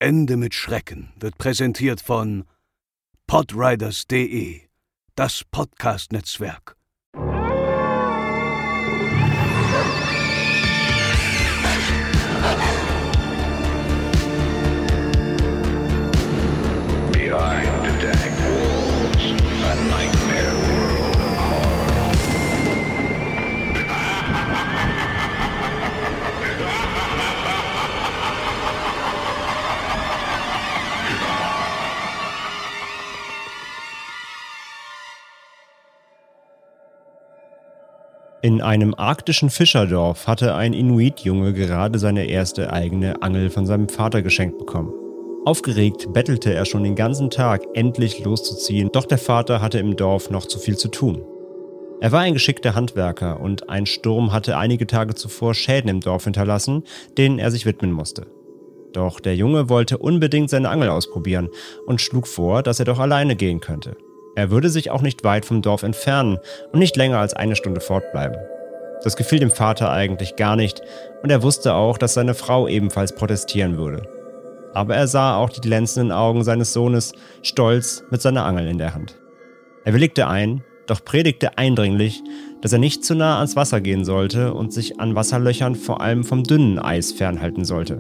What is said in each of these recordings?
Ende mit Schrecken wird präsentiert von podriders.de, das Podcast-Netzwerk. Behind the dank walls, a nightmare world of horror. In einem arktischen Fischerdorf hatte ein Inuit-Junge gerade seine erste eigene Angel von seinem Vater geschenkt bekommen. Aufgeregt bettelte er schon den ganzen Tag, endlich loszuziehen, doch der Vater hatte im Dorf noch zu viel zu tun. Er war ein geschickter Handwerker und ein Sturm hatte einige Tage zuvor Schäden im Dorf hinterlassen, denen er sich widmen musste. Doch der Junge wollte unbedingt seine Angel ausprobieren und schlug vor, dass er doch alleine gehen könnte. Er würde sich auch nicht weit vom Dorf entfernen und nicht länger als 1 Stunde fortbleiben. Das gefiel dem Vater eigentlich gar nicht und er wusste auch, dass seine Frau ebenfalls protestieren würde. Aber er sah auch die glänzenden Augen seines Sohnes, stolz mit seiner Angel in der Hand. Er willigte ein, doch predigte eindringlich, dass er nicht zu nah ans Wasser gehen sollte und sich an Wasserlöchern vor allem vom dünnen Eis fernhalten sollte.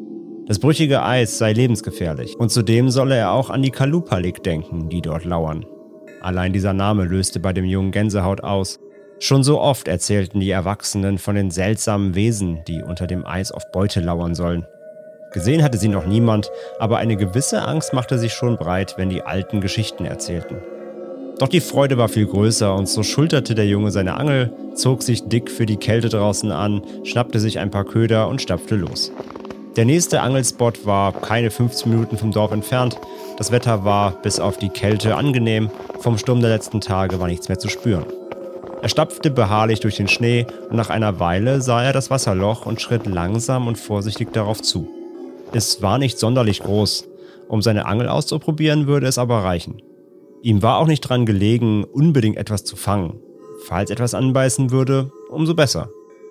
Das brüchige Eis sei lebensgefährlich und zudem solle er auch an die Kalupalik denken, die dort lauern. Allein dieser Name löste bei dem Jungen Gänsehaut aus. Schon so oft erzählten die Erwachsenen von den seltsamen Wesen, die unter dem Eis auf Beute lauern sollen. Gesehen hatte sie noch niemand, aber eine gewisse Angst machte sich schon breit, wenn die alten Geschichten erzählten. Doch die Freude war viel größer und so schulterte der Junge seine Angel, zog sich dick für die Kälte draußen an, schnappte sich ein paar Köder und stapfte los. Der nächste Angelspot war keine 15 Minuten vom Dorf entfernt. Das Wetter war bis auf die Kälte angenehm, vom Sturm der letzten Tage war nichts mehr zu spüren. Er stapfte beharrlich durch den Schnee und nach einer Weile sah er das Wasserloch und schritt langsam und vorsichtig darauf zu. Es war nicht sonderlich groß. Um seine Angel auszuprobieren, würde es aber reichen. Ihm war auch nicht dran gelegen, unbedingt etwas zu fangen. Falls etwas anbeißen würde, umso besser.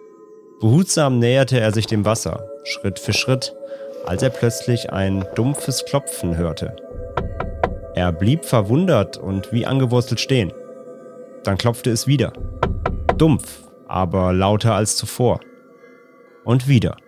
Behutsam näherte er sich dem Wasser, Schritt für Schritt, als er plötzlich ein dumpfes Klopfen hörte. Er blieb verwundert und wie angewurzelt stehen. Dann klopfte es wieder. Dumpf, aber lauter als zuvor. Und wieder.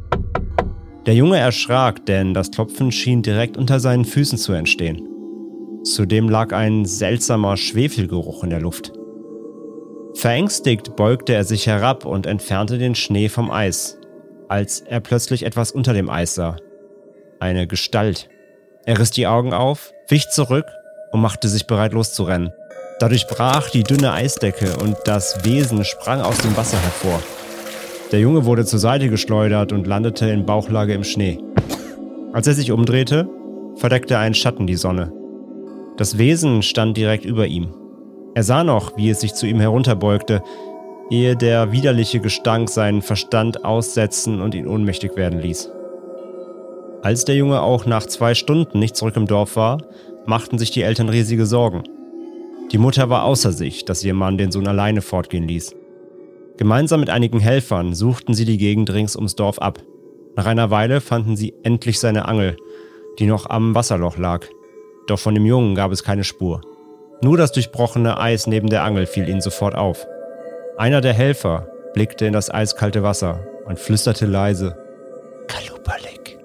Der Junge erschrak, denn das Klopfen schien direkt unter seinen Füßen zu entstehen. Zudem lag ein seltsamer Schwefelgeruch in der Luft. Verängstigt beugte er sich herab und entfernte den Schnee vom Eis, als er plötzlich etwas unter dem Eis sah. Eine Gestalt. Er riss die Augen auf, wich zurück und machte sich bereit loszurennen. Dadurch brach die dünne Eisdecke und das Wesen sprang aus dem Wasser hervor. Der Junge wurde zur Seite geschleudert und landete in Bauchlage im Schnee. Als er sich umdrehte, verdeckte ein Schatten die Sonne. Das Wesen stand direkt über ihm. Er sah noch, wie es sich zu ihm herunterbeugte, ehe der widerliche Gestank seinen Verstand aussetzen und ihn ohnmächtig werden ließ. Als der Junge auch nach 2 Stunden nicht zurück im Dorf war, machten sich die Eltern riesige Sorgen. Die Mutter war außer sich, dass ihr Mann den Sohn alleine fortgehen ließ. Gemeinsam mit einigen Helfern suchten sie die Gegend rings ums Dorf ab. Nach einer Weile fanden sie endlich seine Angel, die noch am Wasserloch lag. Doch von dem Jungen gab es keine Spur. Nur das durchbrochene Eis neben der Angel fiel ihnen sofort auf. Einer der Helfer blickte in das eiskalte Wasser und flüsterte leise: Kalupalik.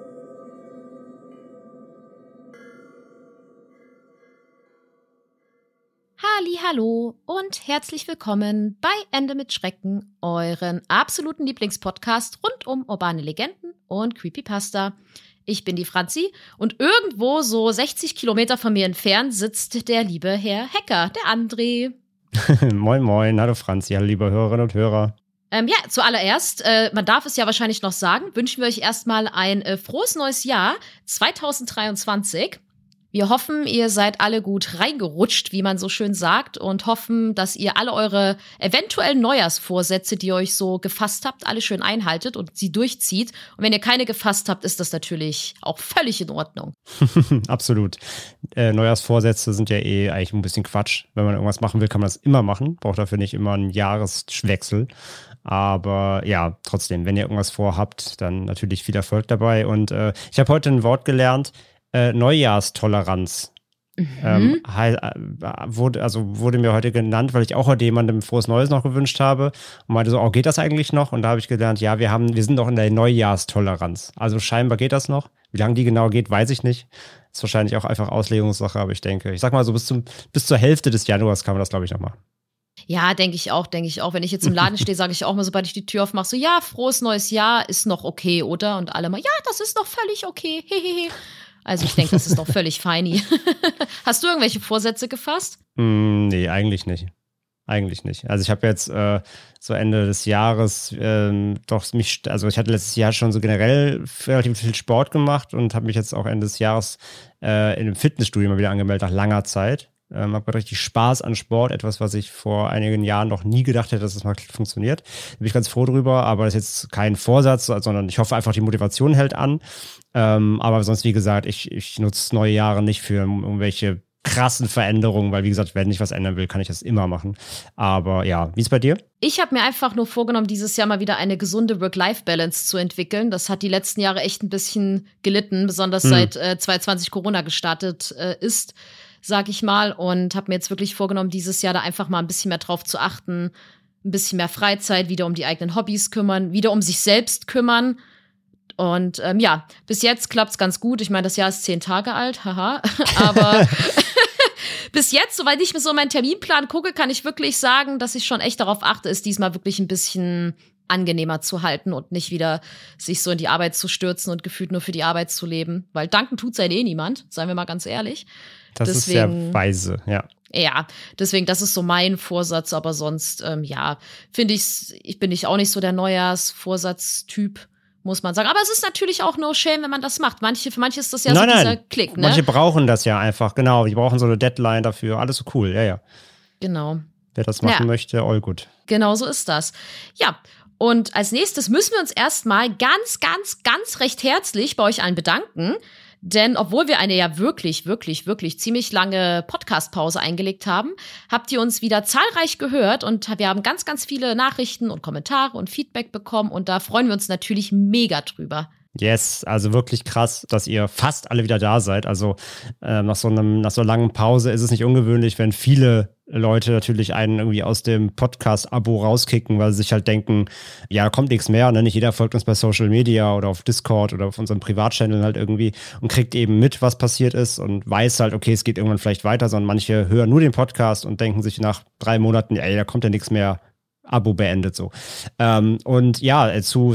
Hallo und herzlich willkommen bei Ende mit Schrecken, euren absoluten Lieblingspodcast rund um urbane Legenden und Creepypasta. Ich bin die Franzi und irgendwo so 60 Kilometer von mir entfernt sitzt der liebe Herr Hacker, der André. Moin moin, hallo Franzi, hallo liebe Hörerinnen und Hörer. Zuallererst, man darf es ja wahrscheinlich noch sagen, wünschen wir euch erstmal ein frohes neues Jahr 2023. Wir hoffen, ihr seid alle gut reingerutscht, wie man so schön sagt, und hoffen, dass ihr alle eure eventuellen Neujahrsvorsätze, die ihr euch so gefasst habt, alle schön einhaltet und sie durchzieht. Und wenn ihr keine gefasst habt, ist das natürlich auch völlig in Ordnung. Absolut. Neujahrsvorsätze sind ja eigentlich ein bisschen Quatsch. Wenn man irgendwas machen will, kann man das immer machen. Braucht dafür nicht immer einen Jahreswechsel. Aber ja, trotzdem, wenn ihr irgendwas vorhabt, dann natürlich viel Erfolg dabei. Und ich habe heute ein Wort gelernt, Neujahrstoleranz. Wurde mir heute genannt, weil ich auch heute jemandem frohes Neues noch gewünscht habe und meinte so, oh, geht das eigentlich noch? Und da habe ich gelernt, ja, wir sind doch in der Neujahrstoleranz. Also scheinbar geht das noch. Wie lange die genau geht, weiß ich nicht. Ist wahrscheinlich auch einfach Auslegungssache, aber ich denke, ich sag mal so, bis zur Hälfte des Januars kann man das, glaube ich, noch machen. Ja, denke ich auch. Wenn ich jetzt im Laden stehe, sage ich auch mal, sobald ich die Tür aufmache, so, ja, frohes neues Jahr ist noch okay, oder? Und alle mal, ja, das ist noch völlig okay. Hehehe. Also ich denke, das ist doch völlig feini. Hast du irgendwelche Vorsätze gefasst? Nee, eigentlich nicht. Also ich habe jetzt so Ende des Jahres ich hatte letztes Jahr schon so generell relativ viel Sport gemacht und habe mich jetzt auch Ende des Jahres in einem Fitnessstudio mal wieder angemeldet, nach langer Zeit. Habe richtig Spaß an Sport, etwas, was ich vor einigen Jahren noch nie gedacht hätte, dass das mal funktioniert. Da bin ich ganz froh drüber, aber das ist jetzt kein Vorsatz, sondern ich hoffe einfach, die Motivation hält an. Aber sonst, wie gesagt, ich nutze neue Jahre nicht für irgendwelche krassen Veränderungen, weil, wie gesagt, wenn ich was ändern will, kann ich das immer machen. Aber ja, wie ist es bei dir? Ich habe mir einfach nur vorgenommen, dieses Jahr mal wieder eine gesunde Work-Life-Balance zu entwickeln. Das hat die letzten Jahre echt ein bisschen gelitten, besonders seit 2020 Corona gestartet ist, sag ich mal. Und habe mir jetzt wirklich vorgenommen, dieses Jahr da einfach mal ein bisschen mehr drauf zu achten, ein bisschen mehr Freizeit, wieder um die eigenen Hobbys kümmern, wieder um sich selbst kümmern. Und bis jetzt klappt's ganz gut. Ich meine, das Jahr ist 10 Tage alt, haha. Aber bis jetzt, soweit ich mir so meinen Terminplan gucke, kann ich wirklich sagen, dass ich schon echt darauf achte, es diesmal wirklich ein bisschen angenehmer zu halten und nicht wieder sich so in die Arbeit zu stürzen und gefühlt nur für die Arbeit zu leben. Weil danken tut's ja niemand, seien wir mal ganz ehrlich. Deswegen, ist sehr weise, ja. Ja, deswegen, das ist so mein Vorsatz. Aber sonst, finde ich bin ich auch nicht so der Neujahrsvorsatztyp, muss man sagen. Aber es ist natürlich auch no shame, wenn man das macht. Für manche ist das ja dieser Klick, ne? Manche brauchen das ja einfach, genau. Die brauchen so eine Deadline dafür. Alles so cool, ja. Genau. Wer das machen möchte, all gut. Genau so ist das. Ja, und als nächstes müssen wir uns erstmal ganz, ganz, ganz recht herzlich bei euch allen bedanken. Denn obwohl wir eine ja wirklich, wirklich, wirklich ziemlich lange Podcast-Pause eingelegt haben, habt ihr uns wieder zahlreich gehört und wir haben ganz, ganz viele Nachrichten und Kommentare und Feedback bekommen und da freuen wir uns natürlich mega drüber. Yes, also wirklich krass, dass ihr fast alle wieder da seid. Also nach so einer langen Pause ist es nicht ungewöhnlich, wenn viele Leute natürlich einen irgendwie aus dem Podcast-Abo rauskicken, weil sie sich halt denken, ja, da kommt nichts mehr. Ne? Nicht jeder folgt uns bei Social Media oder auf Discord oder auf unserem Privatchannel halt irgendwie und kriegt eben mit, was passiert ist und weiß halt, okay, es geht irgendwann vielleicht weiter, sondern manche hören nur den Podcast und denken sich nach 3 Monaten, ey, da kommt ja nichts mehr. Abo beendet so. Und ja, zu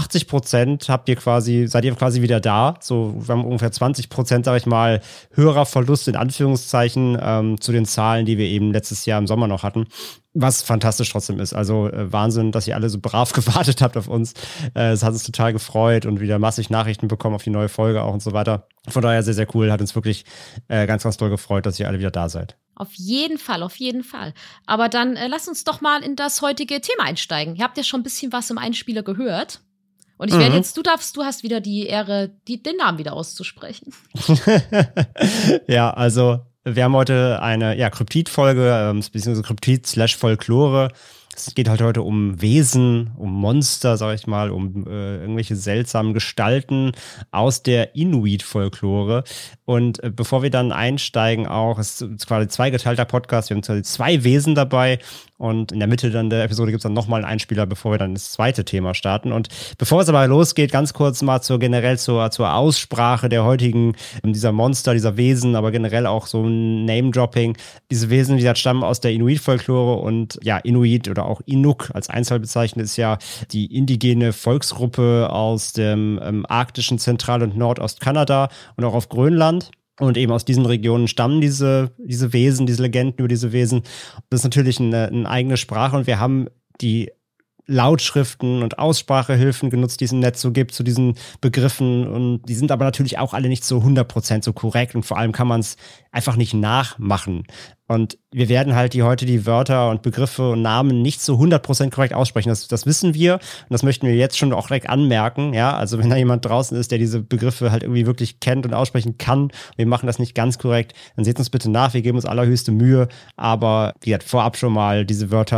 80% seid ihr quasi wieder da. So, wir haben ungefähr 20%, sag ich mal, Hörerverlust in Anführungszeichen zu den Zahlen, die wir eben letztes Jahr im Sommer noch hatten. Was fantastisch trotzdem ist. Also Wahnsinn, dass ihr alle so brav gewartet habt auf uns. Es hat uns total gefreut und wieder massig Nachrichten bekommen auf die neue Folge auch und so weiter. Von daher sehr, sehr cool. Hat uns wirklich ganz, ganz doll gefreut, dass ihr alle wieder da seid. Auf jeden Fall, auf jeden Fall. Aber dann lass uns doch mal in das heutige Thema einsteigen. Ihr habt ja schon ein bisschen was im Einspieler gehört. Und ich werde jetzt, du hast wieder die Ehre, den Namen wieder auszusprechen. Ja, also wir haben heute eine Kryptid-Folge, beziehungsweise Kryptid/Folklore. Es geht halt heute um Wesen, um Monster, sag ich mal, um irgendwelche seltsamen Gestalten aus der Inuit-Folklore. Und bevor wir dann einsteigen auch, es ist quasi ein zweigeteilter Podcast, wir haben quasi 2 Wesen dabei und in der Mitte dann der Episode gibt es dann nochmal einen Einspieler, bevor wir dann das zweite Thema starten. Und bevor es aber losgeht, ganz kurz mal zur Aussprache der heutigen, dieser Monster, dieser Wesen, aber generell auch so ein Name-Dropping. Diese Wesen, wie gesagt, stammen aus der Inuit-Folklore und ja, Inuit oder auch Inuk als Einzahl bezeichnet ist ja die indigene Volksgruppe aus dem arktischen Zentral- und Nordostkanada und auch auf Grönland. Und eben aus diesen Regionen stammen diese Wesen, diese Legenden über diese Wesen. Das ist natürlich eine eigene Sprache und wir haben die Lautschriften und Aussprachehilfen genutzt, die es im Netz so gibt zu diesen Begriffen und die sind aber natürlich auch alle nicht so 100% so korrekt und vor allem kann man es einfach nicht nachmachen. Und wir werden halt heute die Wörter und Begriffe und Namen nicht so 100% korrekt aussprechen. Das wissen wir und das möchten wir jetzt schon auch direkt anmerken. Ja, also wenn da jemand draußen ist, der diese Begriffe halt irgendwie wirklich kennt und aussprechen kann, und wir machen das nicht ganz korrekt, dann seht uns bitte nach. Wir geben uns allerhöchste Mühe. Aber wie gesagt, vorab schon mal, diese Wörter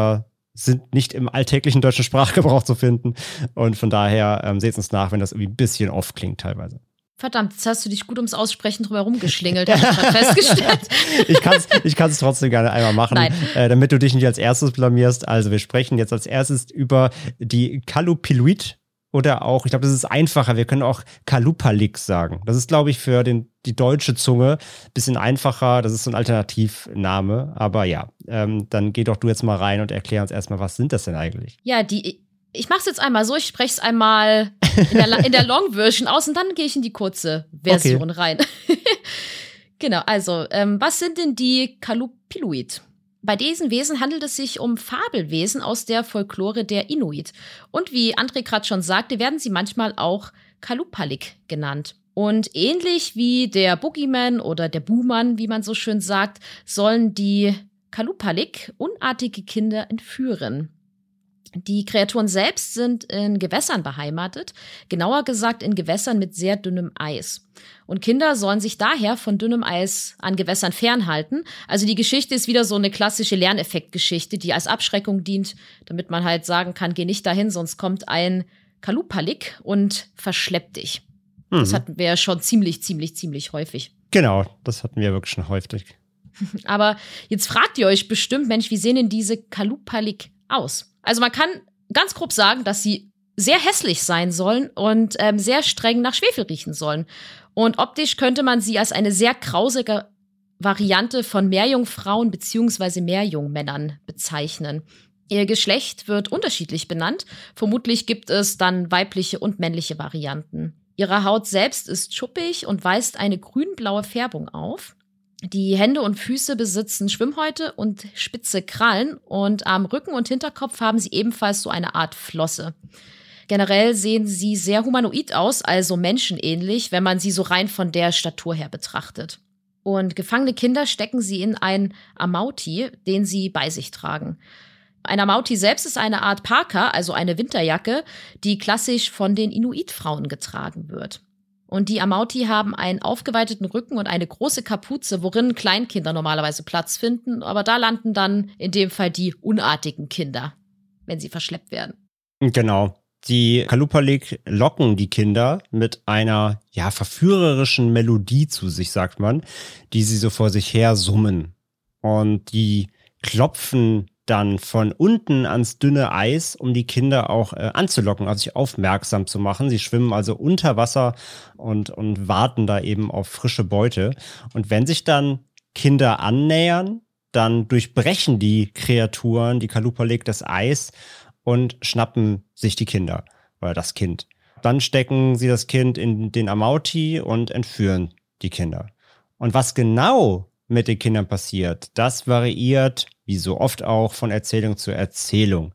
sind nicht im alltäglichen deutschen Sprachgebrauch zu finden. Und von daher seht uns nach, wenn das irgendwie ein bisschen off klingt teilweise. Verdammt, jetzt hast du dich gut ums Aussprechen drumherum geschlingelt, habe ich gerade festgestellt. Ich kann es trotzdem gerne einmal machen, damit du dich nicht als erstes blamierst. Also wir sprechen jetzt als erstes über die Kalupiluit oder auch, ich glaube, das ist einfacher, wir können auch Kalupalik sagen. Das ist, glaube ich, für die deutsche Zunge ein bisschen einfacher. Das ist so ein Alternativname. Aber ja, dann geh doch du jetzt mal rein und erklär uns erstmal, was sind das denn eigentlich? Ja, ich mache es jetzt einmal so, ich spreche es einmal in der Long-Version aus und dann gehe ich in die kurze Version rein. Genau, also, was sind denn die Kalupiluit? Bei diesen Wesen handelt es sich um Fabelwesen aus der Folklore der Inuit. Und wie André gerade schon sagte, werden sie manchmal auch Kalupalik genannt. Und ähnlich wie der Boogeyman oder der Buhmann, wie man so schön sagt, sollen die Kalupalik unartige Kinder entführen. Die Kreaturen selbst sind in Gewässern beheimatet, genauer gesagt in Gewässern mit sehr dünnem Eis. Und Kinder sollen sich daher von dünnem Eis an Gewässern fernhalten. Also die Geschichte ist wieder so eine klassische Lerneffektgeschichte, die als Abschreckung dient, damit man halt sagen kann, geh nicht dahin, sonst kommt ein Kalupalik und verschleppt dich. Das hatten wir ja schon ziemlich häufig. Genau, das hatten wir wirklich schon häufig. Aber jetzt fragt ihr euch bestimmt, Mensch, wie sehen denn diese Kalupalik aus? Also man kann ganz grob sagen, dass sie sehr hässlich sein sollen und sehr streng nach Schwefel riechen sollen. Und optisch könnte man sie als eine sehr grausige Variante von Meerjungfrauen bzw. Meerjungmännern bezeichnen. Ihr Geschlecht wird unterschiedlich benannt. Vermutlich gibt es dann weibliche und männliche Varianten. Ihre Haut selbst ist schuppig und weist eine grün-blaue Färbung auf. Die Hände und Füße besitzen Schwimmhäute und spitze Krallen und am Rücken und Hinterkopf haben sie ebenfalls so eine Art Flosse. Generell sehen sie sehr humanoid aus, also menschenähnlich, wenn man sie so rein von der Statur her betrachtet. Und gefangene Kinder stecken sie in einen Amauti, den sie bei sich tragen. Ein Amauti selbst ist eine Art Parka, also eine Winterjacke, die klassisch von den Inuit-Frauen getragen wird. Und die Amauti haben einen aufgeweiteten Rücken und eine große Kapuze, worin Kleinkinder normalerweise Platz finden. Aber da landen dann in dem Fall die unartigen Kinder, wenn sie verschleppt werden. Genau. Die Kalupalik locken die Kinder mit einer verführerischen Melodie zu sich, sagt man, die sie so vor sich her summen. Und die klopfen dann von unten ans dünne Eis, um die Kinder auch anzulocken, also sich aufmerksam zu machen. Sie schwimmen also unter Wasser und warten da eben auf frische Beute. Und wenn sich dann Kinder annähern, dann durchbrechen die Kreaturen, die Kalupalik, das Eis und schnappen sich die Kinder oder das Kind. Dann stecken sie das Kind in den Amauti und entführen die Kinder. Und was genau mit den Kindern passiert, das variiert, wie so oft auch, von Erzählung zu Erzählung.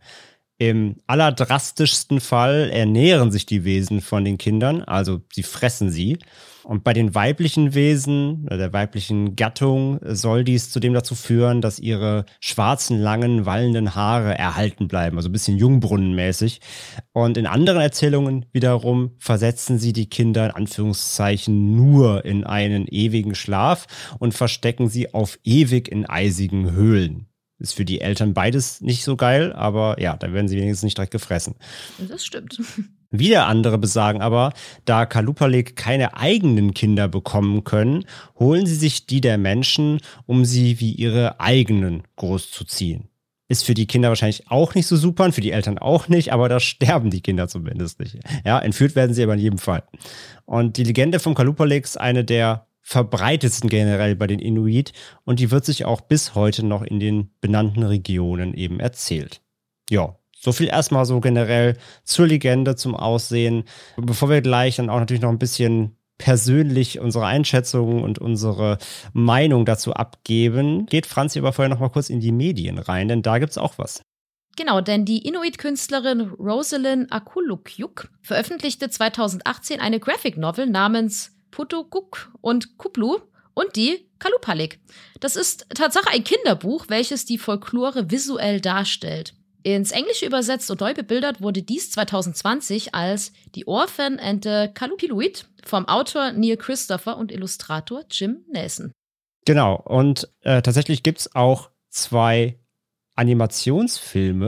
Im allerdrastischsten Fall ernähren sich die Wesen von den Kindern, also sie fressen sie. Und bei den weiblichen Wesen, oder der weiblichen Gattung, soll dies zudem dazu führen, dass ihre schwarzen, langen, wallenden Haare erhalten bleiben, also ein bisschen jungbrunnenmäßig. Und in anderen Erzählungen wiederum versetzen sie die Kinder in Anführungszeichen nur in einen ewigen Schlaf und verstecken sie auf ewig in eisigen Höhlen. Ist für die Eltern beides nicht so geil, aber ja, da werden sie wenigstens nicht direkt gefressen. Das stimmt. Wieder andere besagen aber, da Kalupalik keine eigenen Kinder bekommen können, holen sie sich die der Menschen, um sie wie ihre eigenen großzuziehen. Ist für die Kinder wahrscheinlich auch nicht so super und für die Eltern auch nicht, aber da sterben die Kinder zumindest nicht. Ja, entführt werden sie aber in jedem Fall. Und die Legende vom Kalupalik ist eine der verbreitetsten generell bei den Inuit und die wird sich auch bis heute noch in den benannten Regionen eben erzählt. Ja, so viel erstmal so generell zur Legende, zum Aussehen. Bevor wir gleich dann auch natürlich noch ein bisschen persönlich unsere Einschätzungen und unsere Meinung dazu abgeben, geht Franzi aber vorher noch mal kurz in die Medien rein, denn da gibt's auch was. Genau, denn die Inuit-Künstlerin Rosalind Aqulukyuk veröffentlichte 2018 eine Graphic Novel namens Putuguk und Kuplu und die Kalupalik. Das ist Tatsache ein Kinderbuch, welches die Folklore visuell darstellt. Ins Englische übersetzt und neu bebildert wurde dies 2020 als The Orphan and the Kalupiluit vom Autor Neil Christopher und Illustrator Jim Nelson. Genau, und tatsächlich gibt es auch 2 Animationsfilme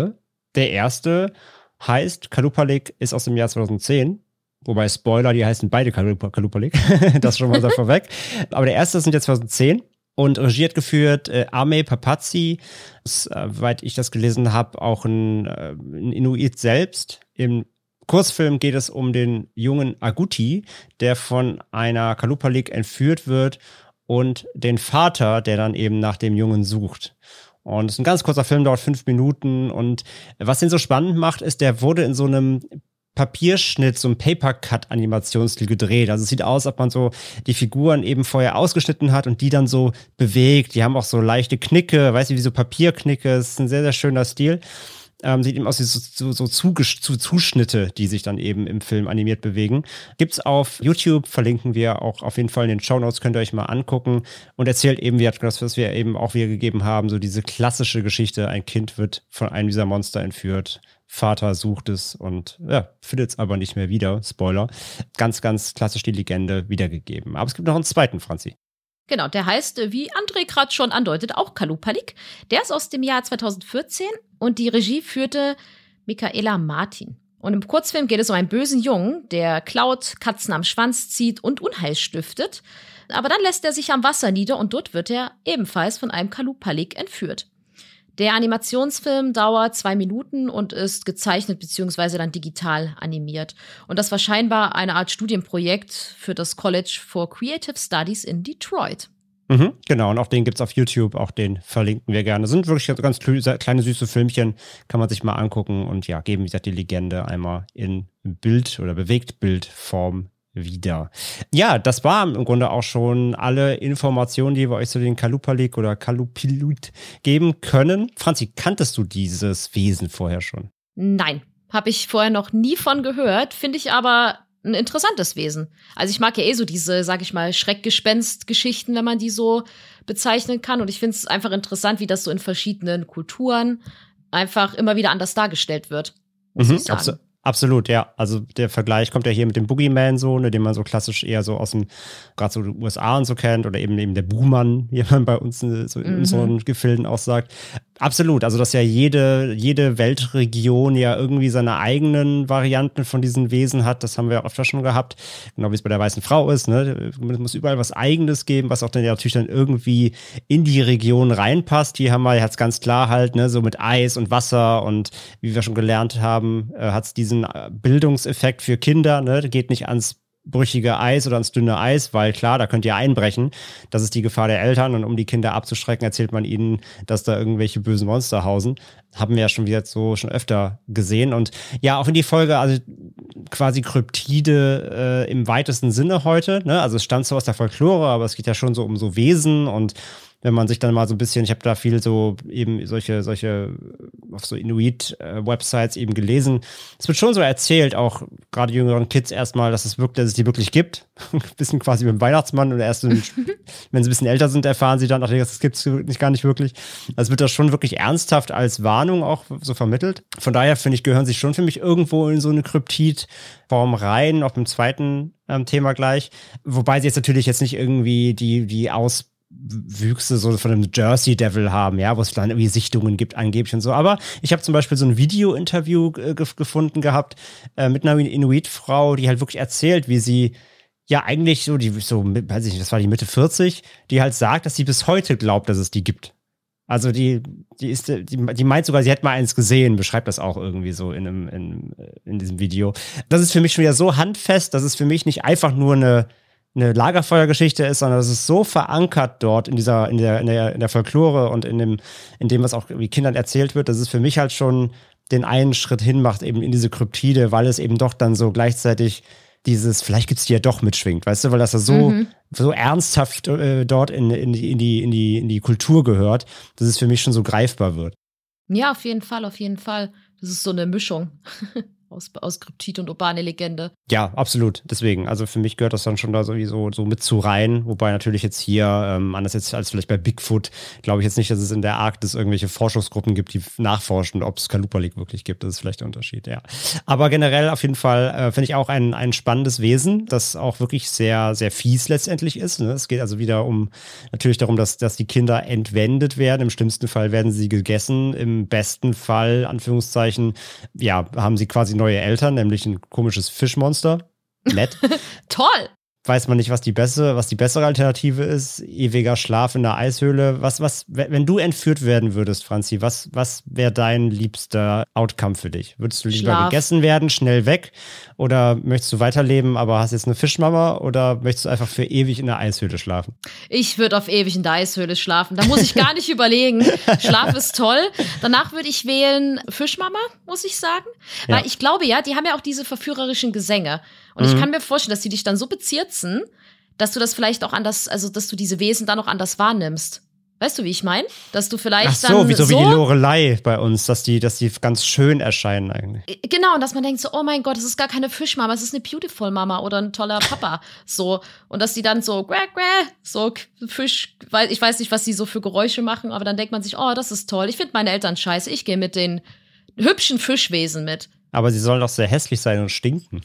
Der erste heißt Kalupalik, ist aus dem Jahr 2010. Wobei, Spoiler, die heißen beide Kalupalik. Das schon mal so vorweg. Aber der erste ist im Jahr 2010 und Regie hat geführt Ame Papazzi. Soweit ich das gelesen habe, auch ein Inuit selbst. Im Kurzfilm geht es um den jungen Aguti, der von einer Kalupalik entführt wird und den Vater, der dann eben nach dem Jungen sucht. Und es ist ein ganz kurzer Film, dauert 5 Minuten. Und was den so spannend macht, ist, der wurde in so einem Papierschnitt, so ein Paper-Cut-Animationsstil gedreht. Also es sieht aus, als ob man so die Figuren eben vorher ausgeschnitten hat und die dann so bewegt. Die haben auch so leichte Knicke, weißt du, wie so Papierknicke. Es ist ein sehr, sehr schöner Stil. Sieht eben aus wie so Zuschnitte, die sich dann eben im Film animiert bewegen. Gibt's auf YouTube, verlinken wir auch auf jeden Fall in den Shownotes, könnt ihr euch mal angucken und erzählt eben, wie das, was wir eben auch wiedergegeben haben, so diese klassische Geschichte, ein Kind wird von einem dieser Monster entführt, Vater sucht es und ja, findet es aber nicht mehr wieder, Spoiler. Ganz, ganz klassisch die Legende wiedergegeben. Aber es gibt noch einen zweiten, Franzi. Genau, der heißt, wie André gerade schon andeutet, auch Kalupalik. Der ist aus dem Jahr 2014 und die Regie führte Michaela Martin. Und im Kurzfilm geht es um einen bösen Jungen, der klaut, Katzen am Schwanz zieht und Unheil stiftet. Aber dann lässt er sich am Wasser nieder und dort wird er ebenfalls von einem Kalupalik entführt. Der Animationsfilm dauert 2 Minuten und ist gezeichnet bzw. dann digital animiert. Und das war scheinbar eine Art Studienprojekt für das College for Creative Studies in Detroit. Genau, und auch den gibt's auf YouTube, auch den verlinken wir gerne. Sind wirklich ganz kleine, süße Filmchen, kann man sich mal angucken und ja, geben, wie gesagt, die Legende einmal in Bild- oder Bewegtbildform wieder. Ja, das war im Grunde auch schon alle Informationen, die wir euch zu den Kalupalik oder Kalupilut geben können. Franzi, kanntest du dieses Wesen vorher schon? Nein, habe ich vorher noch nie von gehört, finde ich aber ein interessantes Wesen. Also ich mag ja so diese, sag ich mal, Schreckgespenst-Geschichten, wenn man die so bezeichnen kann. Und ich finde es einfach interessant, wie das so in verschiedenen Kulturen einfach immer wieder anders dargestellt wird, muss ich sagen. Absolut, ja. Also der Vergleich kommt ja hier mit dem Boogeyman so, ne, den man so klassisch eher so aus dem, gerade so den USA und so kennt, oder eben der Buhmann, wie man bei uns so in unseren Gefilden auch sagt. Absolut, also dass ja jede Weltregion ja irgendwie seine eigenen Varianten von diesen Wesen hat, das haben wir öfter schon gehabt, genau wie es bei der weißen Frau ist, ne? Es muss überall was Eigenes geben, was auch dann ja natürlich dann irgendwie in die Region reinpasst. Hier haben wir jetzt ganz klar halt, ne, so mit Eis und Wasser und wie wir schon gelernt haben, hat es diesen Bildungseffekt für Kinder, ne? Geht nicht ans brüchige Eis oder ans dünne Eis, weil klar, da könnt ihr einbrechen. Das ist die Gefahr der Eltern und um die Kinder abzuschrecken, erzählt man ihnen, dass da irgendwelche bösen Monster hausen. Haben wir ja schon wieder so schon öfter gesehen und ja, auch in die Folge, also quasi Kryptide im weitesten Sinne heute, ne? Also es stammt so aus der Folklore, aber es geht ja schon so um so Wesen und wenn man sich dann mal so ein bisschen, ich habe da viel so eben solche auf so Inuit-Websites eben gelesen. Es wird schon so erzählt, auch gerade jüngeren Kids erstmal, dass es die wirklich gibt. Ein bisschen quasi mit dem Weihnachtsmann und erst, wenn sie ein bisschen älter sind, erfahren sie dann, ach, das gibt's gar nicht wirklich. Also wird das schon wirklich ernsthaft als Warnung auch so vermittelt. Von daher finde ich, gehören sie schon für mich irgendwo in so eine Kryptid-Form rein, auf dem zweiten Thema gleich. Wobei sie jetzt nicht irgendwie die Auswüchse so von einem Jersey Devil haben, ja, wo es dann irgendwie Sichtungen gibt, angeblich und so. Aber ich habe zum Beispiel so ein Video-Interview gefunden gehabt mit einer Inuit-Frau, die halt wirklich erzählt, wie sie ja eigentlich weiß ich nicht, das war die Mitte 40, die halt sagt, dass sie bis heute glaubt, dass es die gibt. Also die meint sogar, sie hätte mal eins gesehen, beschreibt das auch irgendwie so in diesem Video. Das ist für mich schon wieder so handfest, dass es für mich nicht einfach nur eine Lagerfeuergeschichte ist, sondern das ist so verankert dort in der Folklore und in dem, was auch wie Kindern erzählt wird, dass es für mich halt schon den einen Schritt hin macht, eben in diese Kryptide, weil es eben doch dann so gleichzeitig vielleicht gibt's die ja doch mitschwingt, weißt du, weil das ja so ernsthaft dort in die Kultur gehört, dass es für mich schon so greifbar wird. Ja, auf jeden Fall, auf jeden Fall. Das ist so eine Mischung. aus Kryptid und urbane Legende. Ja, absolut. Deswegen, also für mich gehört das dann schon da sowieso so mit zu rein. Wobei natürlich jetzt hier, anders jetzt als vielleicht bei Bigfoot, glaube ich jetzt nicht, dass es in der Arktis irgendwelche Forschungsgruppen gibt, die nachforschen, ob es Kalupalik wirklich gibt. Das ist vielleicht der Unterschied, ja. Aber generell auf jeden Fall finde ich auch ein spannendes Wesen, das auch wirklich sehr, sehr fies letztendlich ist. Ne? Es geht also wieder natürlich darum, dass die Kinder entwendet werden. Im schlimmsten Fall werden sie gegessen. Im besten Fall, Anführungszeichen, ja, haben sie quasi neue Eltern, nämlich ein komisches Fischmonster. Nett. Toll! Weiß man nicht, was die bessere Alternative ist. Ewiger Schlaf in der Eishöhle. Wenn du entführt werden würdest, Franzi, was wäre dein liebster Outcome für dich? Würdest du lieber gegessen werden, schnell weg? Oder möchtest du weiterleben, aber hast jetzt eine Fischmama? Oder möchtest du einfach für ewig in der Eishöhle schlafen? Ich würde auf ewig in der Eishöhle schlafen. Da muss ich gar nicht überlegen. Schlaf ist toll. Danach würde ich wählen Fischmama, muss ich sagen. Ja. Weil ich glaube ja, die haben ja auch diese verführerischen Gesänge. Und ich kann mir vorstellen, dass die dich dann so bezirzen, dass du das vielleicht auch anders, also dass du diese Wesen dann auch anders wahrnimmst. Weißt du, wie ich meine? Dass du vielleicht wie die Lorelei bei uns, dass die ganz schön erscheinen eigentlich. Genau, und dass man denkt so, oh mein Gott, es ist gar keine Fischmama, es ist eine beautiful Mama oder ein toller Papa. So. Und dass die dann so, so Fisch, weil ich weiß nicht, was die so für Geräusche machen, aber dann denkt man sich, oh, das ist toll. Ich finde meine Eltern scheiße, ich gehe mit den hübschen Fischwesen mit. Aber sie sollen doch sehr hässlich sein und stinken.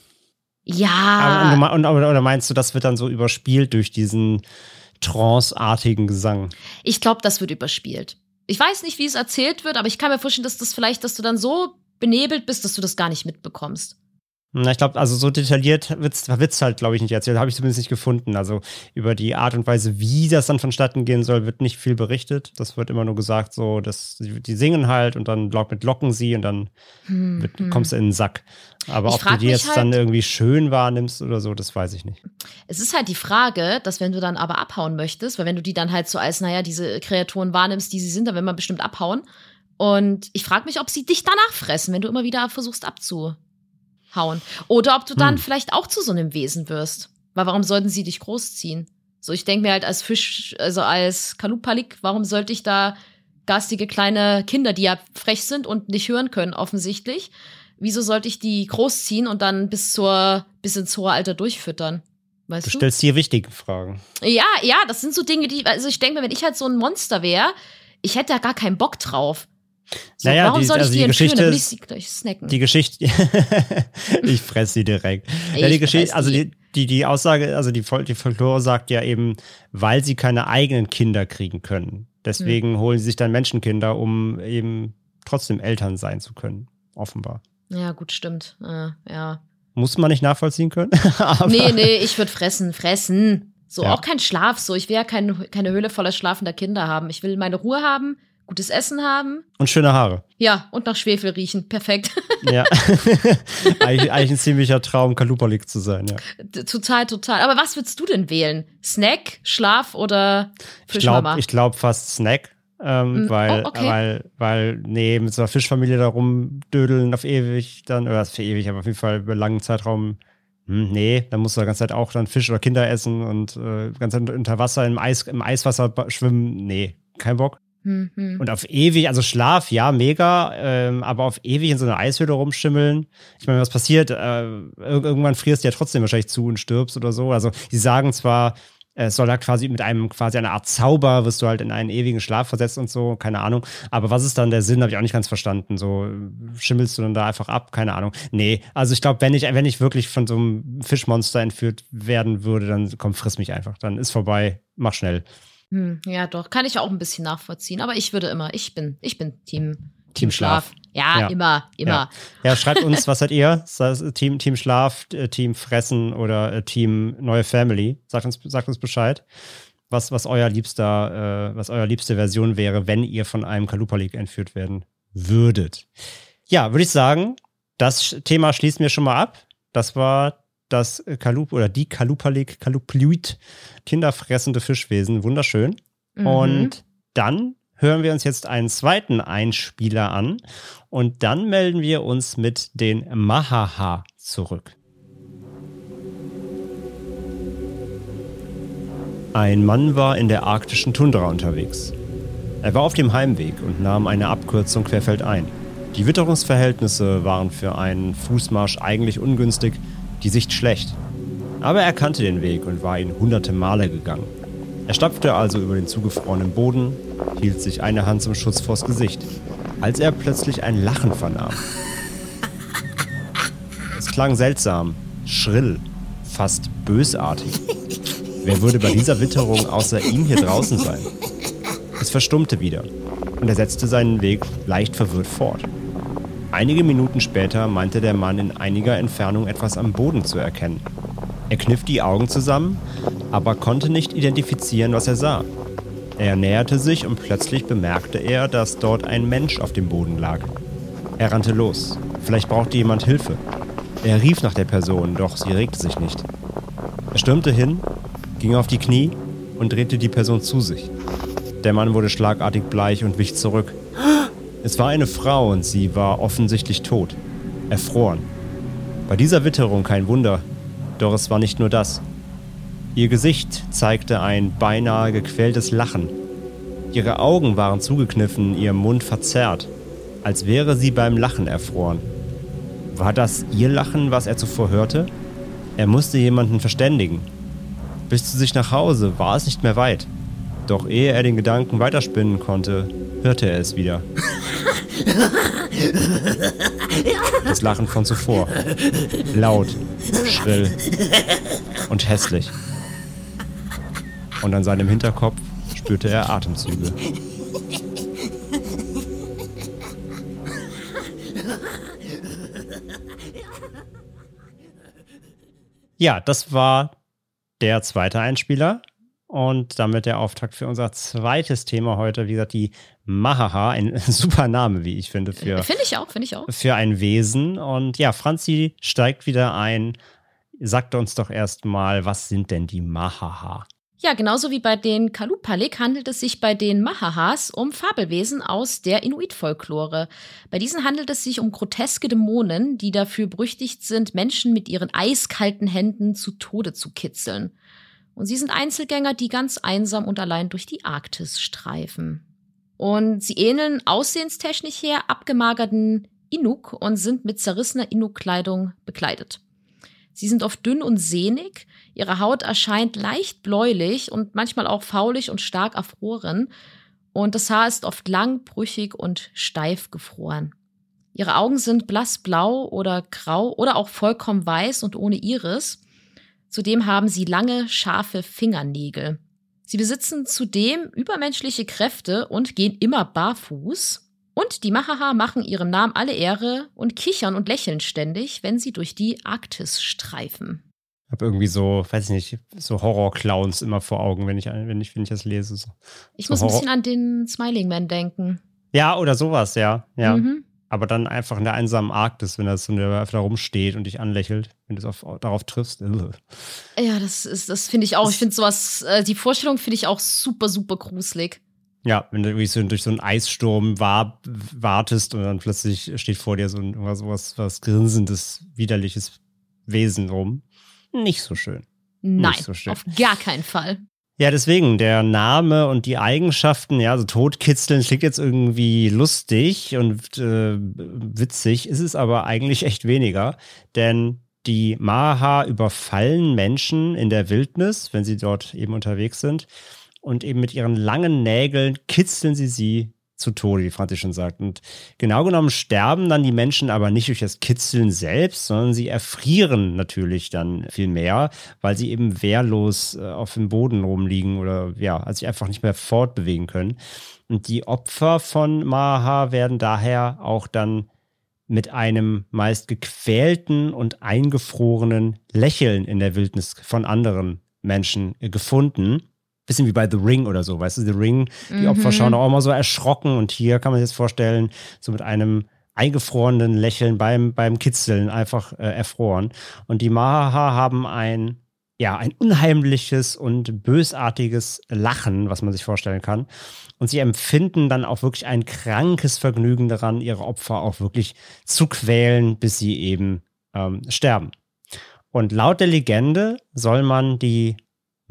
Ja. Oder meinst du, das wird dann so überspielt durch diesen tranceartigen Gesang? Ich glaube, das wird überspielt. Ich weiß nicht, wie es erzählt wird, aber ich kann mir vorstellen, dass du dann so benebelt bist, dass du das gar nicht mitbekommst. Na, ich glaube, also so detailliert wird's halt, glaube ich, nicht erzählt. Habe ich zumindest nicht gefunden. Also über die Art und Weise, wie das dann vonstatten gehen soll, wird nicht viel berichtet. Das wird immer nur gesagt, so, dass die singen halt und dann locken sie und dann kommst du in den Sack. Aber ob du die jetzt halt dann irgendwie schön wahrnimmst oder so, das weiß ich nicht. Es ist halt die Frage, dass wenn du dann aber abhauen möchtest, weil wenn du die dann halt so als, naja, diese Kreaturen wahrnimmst, die sie sind, dann will man bestimmt abhauen. Und ich frage mich, ob sie dich danach fressen, wenn du immer wieder versuchst abzuhauen. Oder ob du dann vielleicht auch zu so einem Wesen wirst. Weil warum sollten sie dich großziehen? So, ich denke mir halt als Fisch, also als Kalupalik, warum sollte ich da garstige kleine Kinder, die ja frech sind und nicht hören können, offensichtlich, wieso sollte ich die großziehen und dann bis ins hohe Alter durchfüttern? Weißt du? Du stellst hier wichtige Fragen. Ja, das sind so Dinge, also ich denke mir, wenn ich halt so ein Monster wäre, ich hätte da gar keinen Bock drauf. So, naja, warum soll ich die entführen? Dann will ich sie gleich snacken. Die Geschichte, ich fress sie direkt. Ja, die Geschichte, also die Aussage, also die Folklore sagt ja eben, weil sie keine eigenen Kinder kriegen können. Deswegen holen sie sich dann Menschenkinder, um eben trotzdem Eltern sein zu können, offenbar. Ja, gut, stimmt. Ja. Muss man nicht nachvollziehen können? Nee, ich würde fressen. So, ja. Auch kein Schlaf. So, ich will ja keine Höhle voller schlafender Kinder haben. Ich will meine Ruhe haben, gutes Essen haben. Und schöne Haare. Ja, und nach Schwefel riechen. Perfekt. Ja. eigentlich ein ziemlicher Traum, Kalupalik zu sein, ja. Total. Aber was würdest du denn wählen? Snack, Schlaf oder Fischmama? Ich glaube fast Snack. Weil mit so einer Fischfamilie da rumdödeln auf ewig, oder für ewig, aber auf jeden Fall über langen Zeitraum, dann musst du die ganze Zeit auch dann Fisch oder Kinder essen und die ganze Zeit unter Wasser, im Eiswasser schwimmen, kein Bock. Und auf ewig, also Schlaf, ja, mega, aber auf ewig in so einer Eishöhle rumschimmeln. Ich meine, was passiert? Irgendwann frierst du ja trotzdem wahrscheinlich zu und stirbst oder so. Also, die sagen zwar, es soll halt quasi einer Art Zauber, wirst du halt in einen ewigen Schlaf versetzt und so, keine Ahnung. Aber was ist dann der Sinn, habe ich auch nicht ganz verstanden. So, schimmelst du dann da einfach ab? Keine Ahnung. Nee, also ich glaube, wenn ich wirklich von so einem Fischmonster entführt werden würde, dann komm, friss mich einfach. Dann ist vorbei, mach schnell. Ja, doch. Kann ich auch ein bisschen nachvollziehen. Aber ich bin Team Schlaf. Ja, immer. Ja, schreibt uns, was seid ihr? Team Schlaf, Team Fressen oder Team Neue Family? Sagt uns Bescheid, was euer liebste Version wäre, wenn ihr von einem Kalupalik entführt werden würdet. Ja, würde ich sagen, das Thema schließen wir schon mal ab. Das war das die Kalupalik, kinderfressende Fischwesen. Wunderschön. Und dann hören wir uns jetzt einen zweiten Einspieler an und dann melden wir uns mit den Mahaha zurück. Ein Mann war in der arktischen Tundra unterwegs. Er war auf dem Heimweg und nahm eine Abkürzung querfeldein. Die Witterungsverhältnisse waren für einen Fußmarsch eigentlich ungünstig, die Sicht schlecht. Aber er kannte den Weg und war ihn hunderte Male gegangen. Er stapfte also über den zugefrorenen Boden, hielt sich eine Hand zum Schutz vors Gesicht, als er plötzlich ein Lachen vernahm. Es klang seltsam, schrill, fast bösartig. Wer würde bei dieser Witterung außer ihm hier draußen sein? Es verstummte wieder und er setzte seinen Weg leicht verwirrt fort. Einige Minuten später meinte der Mann in einiger Entfernung etwas am Boden zu erkennen. Er kniff die Augen zusammen, aber konnte nicht identifizieren, was er sah. Er näherte sich und plötzlich bemerkte er, dass dort ein Mensch auf dem Boden lag. Er rannte los. Vielleicht brauchte jemand Hilfe. Er rief nach der Person, doch sie regte sich nicht. Er stürmte hin, ging auf die Knie und drehte die Person zu sich. Der Mann wurde schlagartig bleich und wich zurück. Es war eine Frau und sie war offensichtlich tot, erfroren. Bei dieser Witterung kein Wunder, doch es war nicht nur das. Ihr Gesicht zeigte ein beinahe gequältes Lachen. Ihre Augen waren zugekniffen, ihr Mund verzerrt, als wäre sie beim Lachen erfroren. War das ihr Lachen, was er zuvor hörte? Er musste jemanden verständigen. Bis zu sich nach Hause war es nicht mehr weit. Doch ehe er den Gedanken weiterspinnen konnte, hörte er es wieder. Das Lachen von zuvor. Laut, schrill und hässlich. Und an seinem Hinterkopf spürte er Atemzüge. Ja, das war der zweite Einspieler. Und damit der Auftakt für unser zweites Thema heute. Wie gesagt, die Mahaha, ein super Name, wie ich finde. Finde ich auch. Für ein Wesen. Und ja, Franzi steigt wieder ein. Sagt uns doch erstmal, was sind denn die Mahaha? Ja, genauso wie bei den Kalupalik handelt es sich bei den Mahahas um Fabelwesen aus der Inuit-Folklore. Bei diesen handelt es sich um groteske Dämonen, die dafür berüchtigt sind, Menschen mit ihren eiskalten Händen zu Tode zu kitzeln. Und sie sind Einzelgänger, die ganz einsam und allein durch die Arktis streifen. Und sie ähneln aussehenstechnisch her abgemagerten Inuk und sind mit zerrissener Inuk-Kleidung bekleidet. Sie sind oft dünn und sehnig, ihre Haut erscheint leicht bläulich und manchmal auch faulig und stark erfroren. Und das Haar ist oft lang, brüchig und steif gefroren. Ihre Augen sind blassblau oder grau oder auch vollkommen weiß und ohne Iris. Zudem haben sie lange, scharfe Fingernägel. Sie besitzen zudem übermenschliche Kräfte und gehen immer barfuß. Und die Mahaha machen ihrem Namen alle Ehre und kichern und lächeln ständig, wenn sie durch die Arktis streifen. Ich habe irgendwie so, weiß ich nicht, so Horror-Clowns immer vor Augen, wenn ich das lese. Ich muss ein bisschen an den Smiling Man denken. Ja, oder sowas, ja. Mhm. Aber dann einfach in der einsamen Arktis, wenn das so da rumsteht und dich anlächelt, wenn du es darauf triffst. Ja, das finde ich auch. Ich finde sowas, die Vorstellung finde ich auch super, super gruselig. Ja, wenn du irgendwie so durch so einen Eissturm wartest und dann plötzlich steht vor dir so was grinsendes, widerliches Wesen rum. Nicht so schön. Nein, nicht so schön. Auf gar keinen Fall. Ja, deswegen, der Name und die Eigenschaften, ja, so Totkitzeln klingt jetzt irgendwie lustig und witzig, ist es aber eigentlich echt weniger, denn die Mahaha überfallen Menschen in der Wildnis, wenn sie dort eben unterwegs sind, und eben mit ihren langen Nägeln kitzeln sie zu Tode, wie Franzi schon sagt. Und genau genommen sterben dann die Menschen aber nicht durch das Kitzeln selbst, sondern sie erfrieren natürlich dann viel mehr, weil sie eben wehrlos auf dem Boden rumliegen oder ja, also sich einfach nicht mehr fortbewegen können. Und die Opfer von Mahaha werden daher auch dann mit einem meist gequälten und eingefrorenen Lächeln in der Wildnis von anderen Menschen gefunden. Bisschen wie bei The Ring oder so, weißt du, The Ring, die Opfer schauen auch immer so erschrocken und hier kann man sich jetzt vorstellen, so mit einem eingefrorenen Lächeln beim Kitzeln einfach erfroren. Und die Mahaha haben ein unheimliches und bösartiges Lachen, was man sich vorstellen kann. Und sie empfinden dann auch wirklich ein krankes Vergnügen daran, ihre Opfer auch wirklich zu quälen, bis sie eben sterben. Und laut der Legende soll man die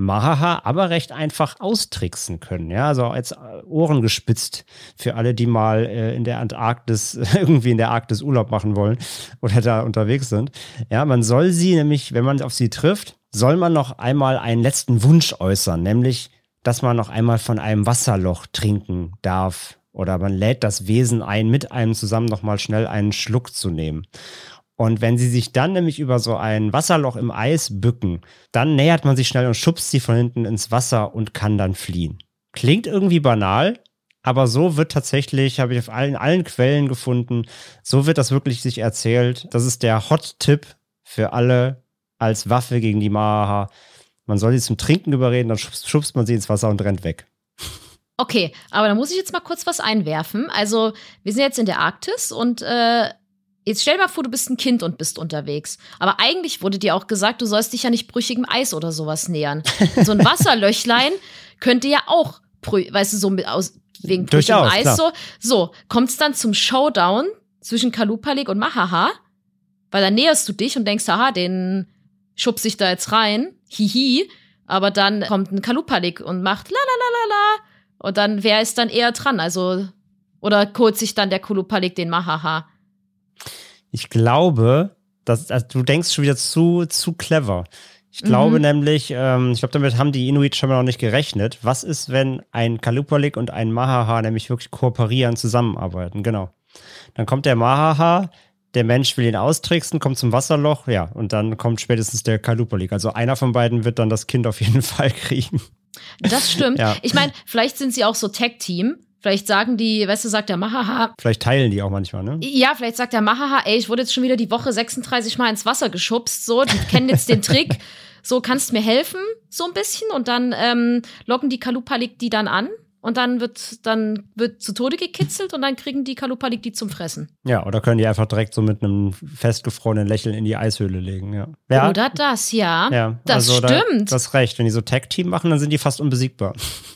Mahaha aber recht einfach austricksen können. Ja, also als Ohren gespitzt für alle, die mal in der Antarktis, irgendwie in der Arktis Urlaub machen wollen oder da unterwegs sind. Ja, man soll sie nämlich, wenn man auf sie trifft, soll man noch einmal einen letzten Wunsch äußern, nämlich, dass man noch einmal von einem Wasserloch trinken darf. Oder man lädt das Wesen ein, mit einem zusammen nochmal schnell einen Schluck zu nehmen. Und wenn sie sich dann nämlich über so ein Wasserloch im Eis bücken, dann nähert man sich schnell und schubst sie von hinten ins Wasser und kann dann fliehen. Klingt irgendwie banal, aber so wird tatsächlich, habe ich auf allen Quellen gefunden, so wird das wirklich sich erzählt. Das ist der Hot-Tipp für alle als Waffe gegen die Mahaha. Man soll sie zum Trinken überreden, dann schubst man sie ins Wasser und rennt weg. Okay, aber da muss ich jetzt mal kurz was einwerfen. Also, wir sind jetzt in der Arktis und jetzt stell dir mal vor, du bist ein Kind und bist unterwegs. Aber eigentlich wurde dir auch gesagt, du sollst dich ja nicht brüchigem Eis oder sowas nähern. So ein Wasserlöchlein könnte ja auch, weißt du, so wegen brüchigem Eis klar. So, kommt es dann zum Showdown zwischen Kalupalik und Mahaha? Weil dann näherst du dich und denkst, aha, den schubst ich da jetzt rein. Hihi. Aber dann kommt ein Kalupalik und macht la la la la la. Und dann, wer ist dann eher dran? Also, oder holt sich dann der Kalupalik den Mahaha? Ich glaube, du denkst schon wieder zu clever. Ich glaube nämlich, ich glaube, damit haben die Inuit schon mal noch nicht gerechnet. Was ist, wenn ein Kalupalik und ein Mahaha nämlich wirklich kooperieren, zusammenarbeiten? Genau. Dann kommt der Mahaha, der Mensch will ihn austricksen, kommt zum Wasserloch, ja, und dann kommt spätestens der Kalupalik. Also einer von beiden wird dann das Kind auf jeden Fall kriegen. Das stimmt. Ja. Ich meine, vielleicht sind sie auch so Tag-Team. Vielleicht sagen die, weißt du, sagt der Mahaha. Vielleicht teilen die auch manchmal, ne? Ja, vielleicht sagt der Mahaha, ey, ich wurde jetzt schon wieder die Woche 36 Mal ins Wasser geschubst, so, die kennen jetzt den Trick. So, kannst du mir helfen, so ein bisschen? Und dann locken die Kalupalik die dann an und dann wird zu Tode gekitzelt und dann kriegen die Kalupalik die zum Fressen. Ja, oder können die einfach direkt so mit einem festgefrorenen Lächeln in die Eishöhle legen, ja. Ja. Oder das, ja. Das also stimmt. Das ist recht. Wenn die so Tag-Team machen, dann sind die fast unbesiegbar.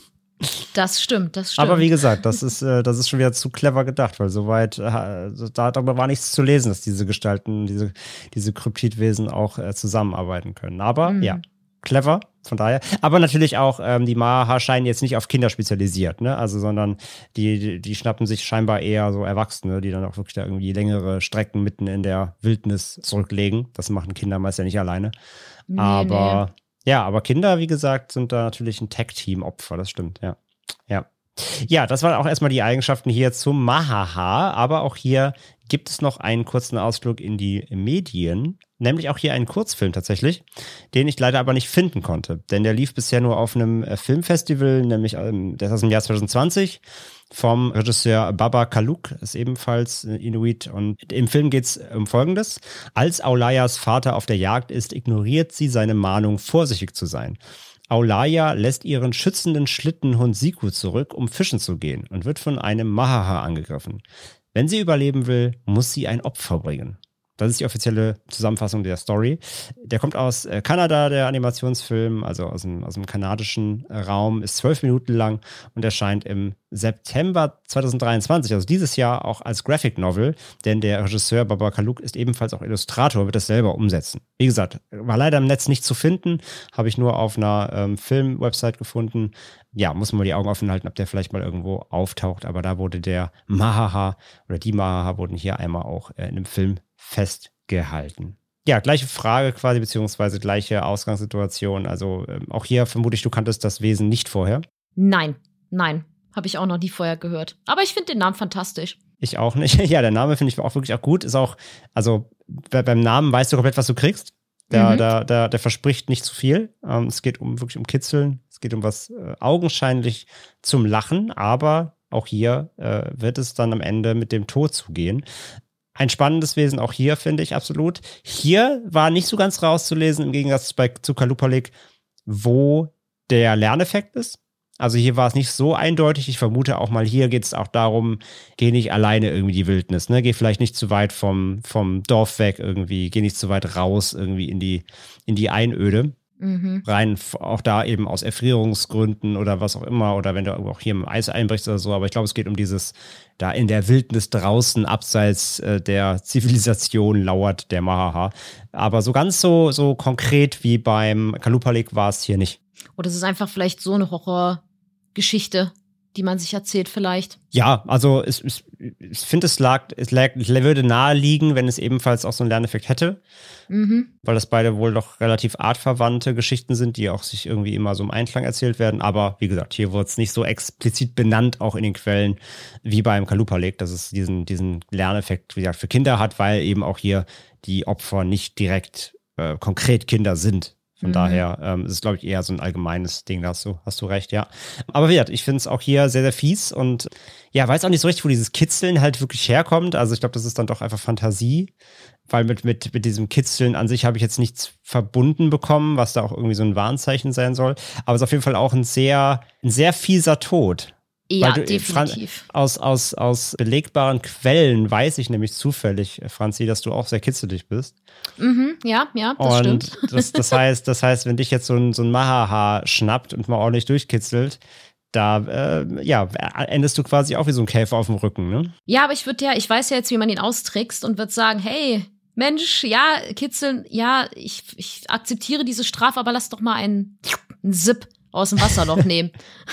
Das stimmt. Aber wie gesagt, das ist schon wieder zu clever gedacht, weil soweit, darüber war nichts zu lesen, dass diese Gestalten, diese Kryptidwesen auch zusammenarbeiten können. Aber ja, clever, von daher. Aber natürlich auch, die Mahaha scheinen jetzt nicht auf Kinder spezialisiert, ne? Also, sondern die schnappen sich scheinbar eher so Erwachsene, die dann auch wirklich da irgendwie längere Strecken mitten in der Wildnis zurücklegen. Das machen Kinder meist ja nicht alleine. Nee. Ja, aber Kinder, wie gesagt, sind da natürlich ein Tag-Team-Opfer, das stimmt, ja. Ja, das waren auch erstmal die Eigenschaften hier zum Mahaha, aber auch hier gibt es noch einen kurzen Ausflug in die Medien, nämlich auch hier einen Kurzfilm tatsächlich, den ich leider aber nicht finden konnte, denn der lief bisher nur auf einem Filmfestival, nämlich der ist aus dem Jahr 2020 vom Regisseur Baba Kaluk, ist ebenfalls Inuit, und im Film geht es um Folgendes: Als Aulayas Vater auf der Jagd ist, ignoriert sie seine Mahnung, vorsichtig zu sein. Aulaya lässt ihren schützenden Schlittenhund Siku zurück, um fischen zu gehen, und wird von einem Mahaha angegriffen. Wenn sie überleben will, muss sie ein Opfer bringen. Das ist die offizielle Zusammenfassung der Story. Der kommt aus Kanada, der Animationsfilm, also aus dem kanadischen Raum, ist 12 Minuten lang und erscheint im September 2023, also dieses Jahr, auch als Graphic Novel, denn der Regisseur Baba Kaluk ist ebenfalls auch Illustrator, wird das selber umsetzen. Wie gesagt, war leider im Netz nicht zu finden, habe ich nur auf einer Film-Website gefunden. Ja, muss man mal die Augen offen halten, ob der vielleicht mal irgendwo auftaucht, aber da wurde der Mahaha oder die Mahaha wurden hier einmal auch in einem Film festgehalten. Ja, gleiche Frage quasi, beziehungsweise gleiche Ausgangssituation. Also auch hier vermute ich, du kanntest das Wesen nicht vorher. Nein, habe ich auch noch nie vorher gehört. Aber ich finde den Namen fantastisch. Ich auch nicht. Ja, der Name finde ich auch wirklich auch gut. Ist auch, also beim Namen weißt du komplett, was du kriegst. Der verspricht nicht zu viel. Es geht wirklich um Kitzeln. Es geht um was augenscheinlich zum Lachen. Aber auch hier wird es dann am Ende mit dem Tod zugehen. Ein spannendes Wesen auch hier, finde ich, absolut. Hier war nicht so ganz rauszulesen, im Gegensatz zu Kalupalik, wo der Lerneffekt ist. Also hier war es nicht so eindeutig. Ich vermute auch mal, hier geht es auch darum, geh nicht alleine irgendwie die Wildnis, ne? Geh vielleicht nicht zu weit vom Dorf weg irgendwie, geh nicht zu weit raus irgendwie in die Einöde. Rein auch da eben aus Erfrierungsgründen oder was auch immer, oder wenn du auch hier im Eis einbrichst oder so, aber ich glaube, es geht um dieses, da in der Wildnis draußen, abseits der Zivilisation lauert der Mahaha. Aber so ganz so konkret wie beim Kalupalik war es hier nicht. Oder es ist einfach vielleicht so eine Horrorgeschichte, die man sich erzählt vielleicht. Ja, also ich finde, es würde nahe liegen, wenn es ebenfalls auch so einen Lerneffekt hätte. Weil das beide wohl doch relativ artverwandte Geschichten sind, die auch sich irgendwie immer so im Einklang erzählt werden. Aber wie gesagt, hier wurde es nicht so explizit benannt, auch in den Quellen, wie beim Kalupa Lake, dass es diesen Lerneffekt, wie gesagt, für Kinder hat, weil eben auch hier die Opfer nicht direkt konkret Kinder sind. Von daher ist es, glaube ich, eher so ein allgemeines Ding, da hast du recht, ja. Aber wie gesagt, ich finde es auch hier sehr, sehr fies und ja, weiß auch nicht so richtig, wo dieses Kitzeln halt wirklich herkommt. Also ich glaube, das ist dann doch einfach Fantasie, weil mit diesem Kitzeln an sich habe ich jetzt nichts verbunden bekommen, was da auch irgendwie so ein Warnzeichen sein soll. Aber es ist auf jeden Fall auch ein sehr fieser Tod. Ja, definitiv. Aus belegbaren Quellen weiß ich nämlich zufällig, Franzi, dass du auch sehr kitzelig bist. Ja, das stimmt. Und das heißt, wenn dich jetzt so ein Mahaha schnappt und mal ordentlich durchkitzelt, da endest du quasi auch wie so ein Käfer auf dem Rücken, ne? Ja, aber ich weiß ja jetzt, wie man ihn austrickst und würde sagen, hey, Mensch, ja, kitzeln, ja, ich akzeptiere diese Strafe, aber lass doch mal einen Zip aus dem Wasserloch nehmen.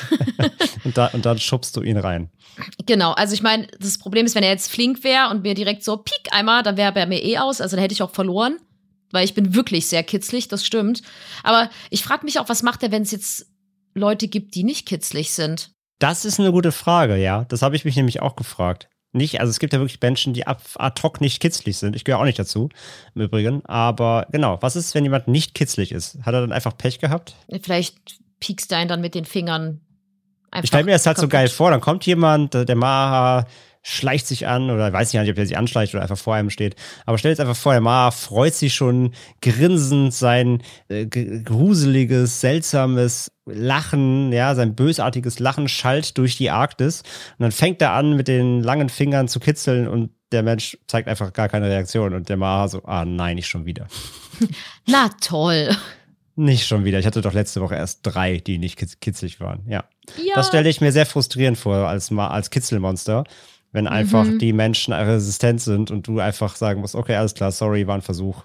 und dann schubst du ihn rein. Genau, also ich meine, das Problem ist, wenn er jetzt flink wäre und mir direkt so piek einmal, dann wäre er mir aus, also dann hätte ich auch verloren, weil ich bin wirklich sehr kitzlig, das stimmt. Aber ich frage mich auch, was macht er, wenn es jetzt Leute gibt, die nicht kitzlig sind? Das ist eine gute Frage, ja. Das habe ich mich nämlich auch gefragt. Also es gibt ja wirklich Menschen, die ad hoc nicht kitzlig sind. Ich gehöre auch nicht dazu, im Übrigen. Aber genau, was ist, wenn jemand nicht kitzlig ist? Hat er dann einfach Pech gehabt? Vielleicht piekst du einen dann mit den Fingern einfach. Ich stelle mir das halt so geil vor, dann kommt jemand, der Maha schleicht sich an, oder ich weiß nicht, ob er sich anschleicht oder einfach vor einem steht, aber stellt es einfach vor, der Maha freut sich schon grinsend, sein gruseliges, seltsames Lachen, ja, sein bösartiges Lachen schallt durch die Arktis und dann fängt er an, mit den langen Fingern zu kitzeln und der Mensch zeigt einfach gar keine Reaktion und der Maha so, nein, nicht schon wieder. Na toll. Nicht schon wieder. Ich hatte doch letzte Woche erst 3, die nicht kitzlig waren. Ja. Das stelle ich mir sehr frustrierend vor als Kitzelmonster, wenn einfach die Menschen resistent sind und du einfach sagen musst, okay, alles klar, sorry, war ein Versuch.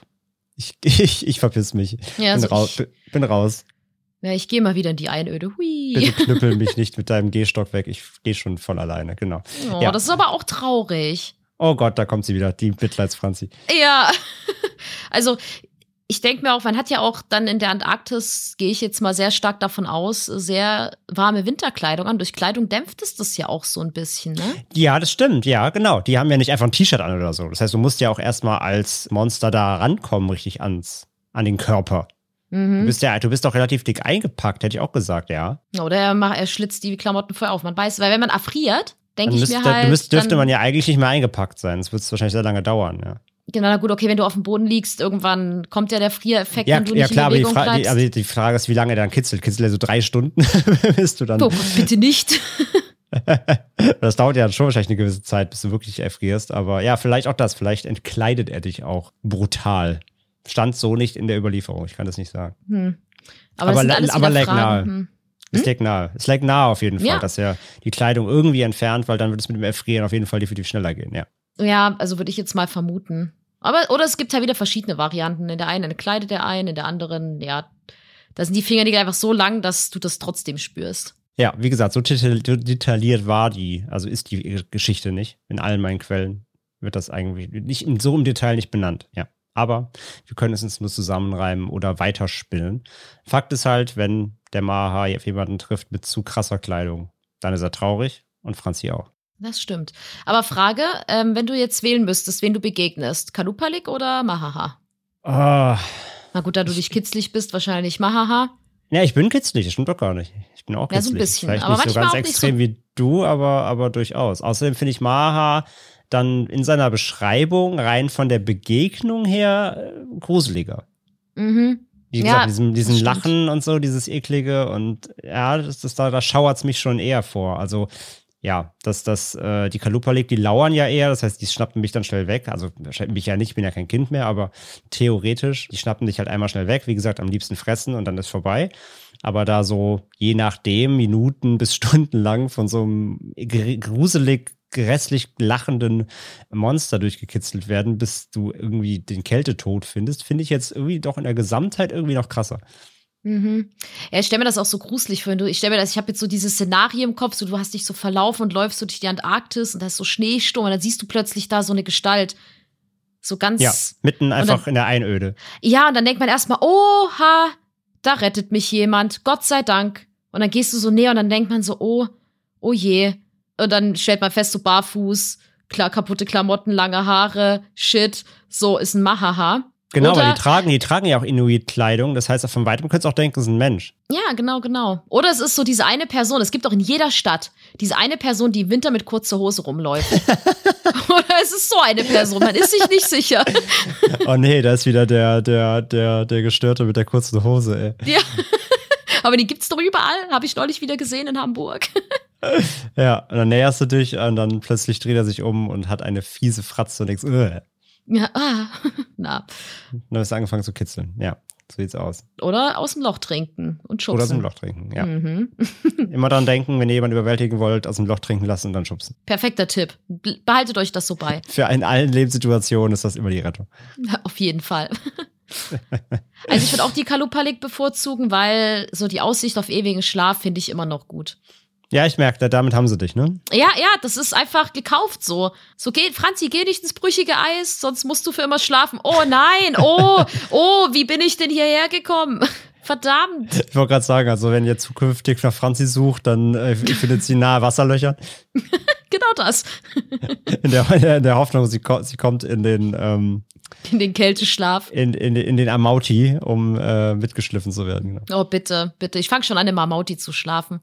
Ich verpiss mich. Ja, bin raus. Ja, ich gehe mal wieder in die Einöde. Hui. Bitte knüppel mich nicht mit deinem Gehstock weg. Ich gehe schon voll alleine, genau. Oh, ja. Das ist aber auch traurig. Oh Gott, da kommt sie wieder, die Mitleidsfranzi. Ja, also ich denke mir auch, man hat ja auch dann in der Antarktis, gehe ich jetzt mal sehr stark davon aus, sehr warme Winterkleidung an. Durch Kleidung dämpft es das ja auch so ein bisschen, ne? Ja, das stimmt, ja, genau. Die haben ja nicht einfach ein T-Shirt an oder so. Das heißt, du musst ja auch erstmal als Monster da rankommen, richtig an den Körper. Du bist doch relativ dick eingepackt, hätte ich auch gesagt, ja. Oder er schlitzt die Klamotten voll auf. Man weiß, weil wenn man erfriert, denke ich mir halt. Dürfte man ja eigentlich nicht mehr eingepackt sein. Das wird wahrscheinlich sehr lange dauern, ja. Genau, na gut, okay, wenn du auf dem Boden liegst, irgendwann kommt ja der Friereffekt, wenn du nicht in Bewegung bleibst. Aber die Frage ist, wie lange der dann kitzelt. Kitzelt er so 3 Stunden? Bist du dann? Oh, bitte nicht. Das dauert ja schon wahrscheinlich eine gewisse Zeit, bis du wirklich erfrierst. Aber ja, vielleicht auch das. Vielleicht entkleidet er dich auch brutal. Stand so nicht in der Überlieferung. Ich kann das nicht sagen. Aber das sind alles wieder Fragen. Es lag nahe auf jeden Fall, dass er die Kleidung irgendwie entfernt, weil dann wird es mit dem Erfrieren auf jeden Fall definitiv schneller gehen, ja. Ja, also würde ich jetzt mal vermuten. Oder es gibt ja wieder verschiedene Varianten. In der einen entkleidet er einen, in der anderen, ja, da sind die Fingernägel einfach so lang, dass du das trotzdem spürst. Ja, wie gesagt, so detailliert ist die Geschichte nicht. In allen meinen Quellen wird das eigentlich nicht so im Detail nicht benannt, ja. Aber wir können es uns nur zusammenreimen oder weiterspinnen. Fakt ist halt, wenn der Maha auf jemanden trifft mit zu krasser Kleidung, dann ist er traurig und Franzi auch. Das stimmt. Aber Frage, wenn du jetzt wählen müsstest, wen du begegnest, Kalupa Lake oder Mahaha? Na gut, da du nicht kitzlig bist, wahrscheinlich Mahaha. Ja, ich bin kitzlig, das stimmt doch gar nicht. Ich bin auch kitzlig. Ja, so ein bisschen. Vielleicht aber nicht so ganz extrem so wie du, aber durchaus. Außerdem finde ich Mahaha dann in seiner Beschreibung rein von der Begegnung her gruseliger. Wie gesagt, diesen Lachen und so, dieses Eklige und ja, da schauert es mich schon eher vor. Also ja, die Kalupa Lake, die lauern ja eher, das heißt, die schnappen mich dann schnell weg. Also mich ja nicht, ich bin ja kein Kind mehr, aber theoretisch, die schnappen dich halt einmal schnell weg. Wie gesagt, am liebsten fressen und dann ist vorbei. Aber da so, je nachdem, Minuten bis Stunden lang von so einem gruselig, grässlich lachenden Monster durchgekitzelt werden, bis du irgendwie den Kältetod findest, finde ich jetzt irgendwie doch in der Gesamtheit irgendwie noch krasser. Mhm. Ja, ich stelle mir das auch so gruselig vor. Ich habe jetzt so dieses Szenario im Kopf, so du hast dich so verlaufen und läufst so durch die Antarktis und da ist so Schneesturm und dann siehst du plötzlich da so eine Gestalt. So ganz. Ja, mitten einfach in der Einöde. Ja, und dann denkt man erstmal, oha, da rettet mich jemand, Gott sei Dank. Und dann gehst du so näher und dann denkt man so, oh je. Und dann stellt man fest, so barfuß, klar, kaputte Klamotten, lange Haare, shit, so ist ein Mahaha. Genau, Oder, weil die tragen ja auch Inuit-Kleidung. Das heißt, von weitem könntest du auch denken, es ist ein Mensch. Ja, genau. Oder es ist so diese eine Person, es gibt auch in jeder Stadt diese eine Person, die im Winter mit kurzer Hose rumläuft. Oder es ist so eine Person, man ist sich nicht sicher. Oh nee, da ist wieder der Gestörte mit der kurzen Hose, ey. Ja, aber die gibt's doch überall, habe ich neulich wieder gesehen in Hamburg. Ja, und dann näherst du dich und dann plötzlich dreht er sich um und hat eine fiese Fratze und denkst, Ja, na. Dann hast du angefangen zu kitzeln. Ja, so sieht's aus. Oder aus dem Loch trinken und schubsen. Oder aus dem Loch trinken, ja. Mhm. Immer dran denken, wenn ihr jemanden überwältigen wollt, aus dem Loch trinken lassen und dann schubsen. Perfekter Tipp. Behaltet euch das so bei. Für in allen Lebenssituationen ist das immer die Rettung. Auf jeden Fall. Also ich würde auch die Kalupalik bevorzugen, weil so die Aussicht auf ewigen Schlaf finde ich immer noch gut. Ja, ich merke, damit haben sie dich, ne? Ja, das ist einfach gekauft so. So, Franzi, geh nicht ins brüchige Eis, sonst musst du für immer schlafen. Oh nein, wie bin ich denn hierher gekommen? Verdammt. Ich wollte gerade sagen, also wenn ihr zukünftig nach Franzi sucht, dann findet sie nahe Wasserlöchern. Genau das. In der Hoffnung, sie kommt in den Kälteschlaf. In den Amauti, um mitgeschliffen zu werden. Genau. Oh, bitte. Ich fange schon an, im Amauti zu schlafen.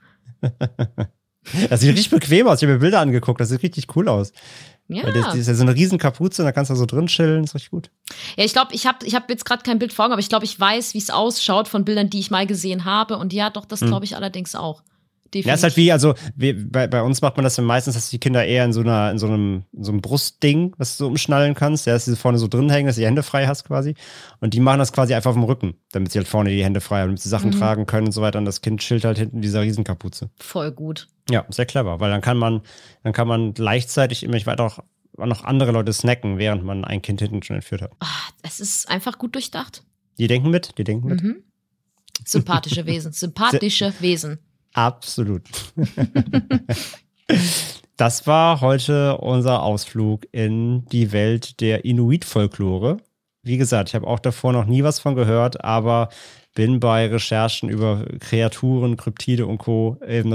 Das sieht richtig bequem aus. Ich habe mir Bilder angeguckt. Das sieht richtig cool aus. Ja. Das ist ja so eine riesen Kapuze, da kannst du so drin chillen. Das ist richtig gut. Ja, ich glaube, ich hab jetzt gerade kein Bild vor Augen, aber ich glaube, ich weiß, wie es ausschaut von Bildern, die ich mal gesehen habe. Und ja, doch, das glaube ich allerdings auch. Definitiv. Ja, ist halt bei uns macht man das ja meistens, dass die Kinder eher in so einem Brustding, was du so umschnallen kannst, dass sie vorne so drin hängen, dass du die Hände frei hast quasi. Und die machen das quasi einfach auf dem Rücken, damit sie halt vorne die Hände frei haben, damit sie Sachen tragen können und so weiter. Und das Kind chillt halt hinten in dieser Riesenkapuze. Voll gut. Ja, sehr clever, weil dann kann man gleichzeitig immer weiter auch noch andere Leute snacken, während man ein Kind hinten schon entführt hat. Es ist einfach gut durchdacht. Die denken mit. Mhm. Sympathische Wesen. Absolut. Das war heute unser Ausflug in die Welt der Inuit-Folklore. Wie gesagt, ich habe auch davor noch nie was von gehört, aber bin bei Recherchen über Kreaturen, Kryptide und Co. eben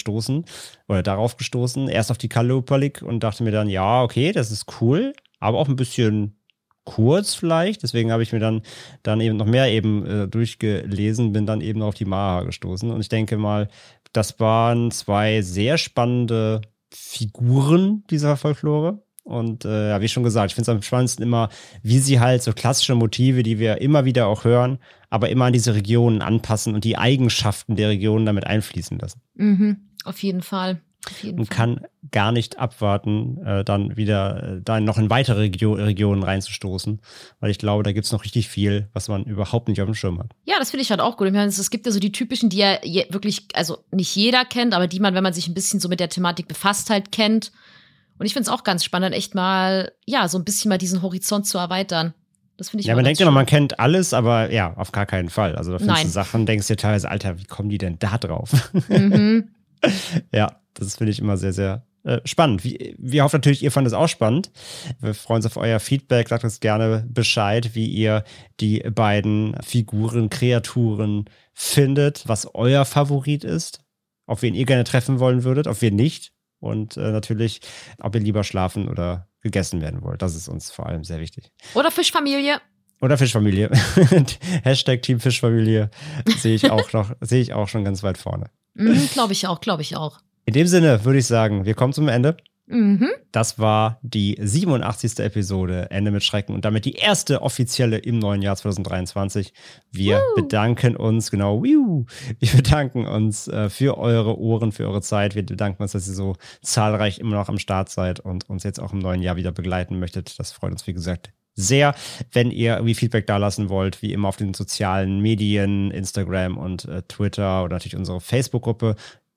darauf gestoßen. Erst auf die Kalupalik und dachte mir dann, ja, okay, das ist cool, aber auch ein bisschen kurz vielleicht. Deswegen habe ich mir dann eben noch mehr durchgelesen, bin dann eben auf die Maha gestoßen. Und ich denke mal, das waren zwei sehr spannende Figuren dieser Folklore. Und wie schon gesagt, ich finde es am spannendsten immer, wie sie halt so klassische Motive, die wir immer wieder auch hören, aber immer an diese Regionen anpassen und die Eigenschaften der Regionen damit einfließen lassen. Mhm, auf jeden Fall. Und kann gar nicht abwarten, dann wieder noch in weitere Regionen reinzustoßen, weil ich glaube, da gibt es noch richtig viel, was man überhaupt nicht auf dem Schirm hat. Ja, das finde ich halt auch gut. Ich meine, es gibt ja so die typischen, die ja wirklich, also nicht jeder kennt, aber die man, wenn man sich ein bisschen so mit der Thematik befasst, halt kennt. Und ich finde es auch ganz spannend, echt mal, ja, so ein bisschen mal diesen Horizont zu erweitern. Das finde ich. Ja, man denkt immer, man kennt alles, aber ja, auf gar keinen Fall. Also da findest du Sachen, denkst dir teilweise, Alter, wie kommen die denn da drauf? Mhm. Ja, das finde ich immer sehr, sehr spannend. Wir hoffen natürlich, ihr fandet es auch spannend. Wir freuen uns auf euer Feedback. Sagt uns gerne Bescheid, wie ihr die beiden Figuren, Kreaturen findet, was euer Favorit ist, auf wen ihr gerne treffen wollen würdet, auf wen nicht. Und natürlich, ob ihr lieber schlafen oder gegessen werden wollt. Das ist uns vor allem sehr wichtig. Oder Fischfamilie. Oder Fischfamilie. Hashtag Team Fischfamilie sehe ich auch schon ganz weit vorne. Glaube ich auch. In dem Sinne würde ich sagen, wir kommen zum Ende. Mhm. Das war die 87. Episode Ende mit Schrecken und damit die erste offizielle im neuen Jahr 2023. Wir bedanken uns, wir bedanken uns für eure Ohren, für eure Zeit. Wir bedanken uns, dass ihr so zahlreich immer noch am Start seid und uns jetzt auch im neuen Jahr wieder begleiten möchtet. Das freut uns, wie gesagt, sehr. Wenn ihr irgendwie Feedback dalassen wollt, wie immer auf den sozialen Medien, Instagram und Twitter oder natürlich unsere Facebook-Gruppe,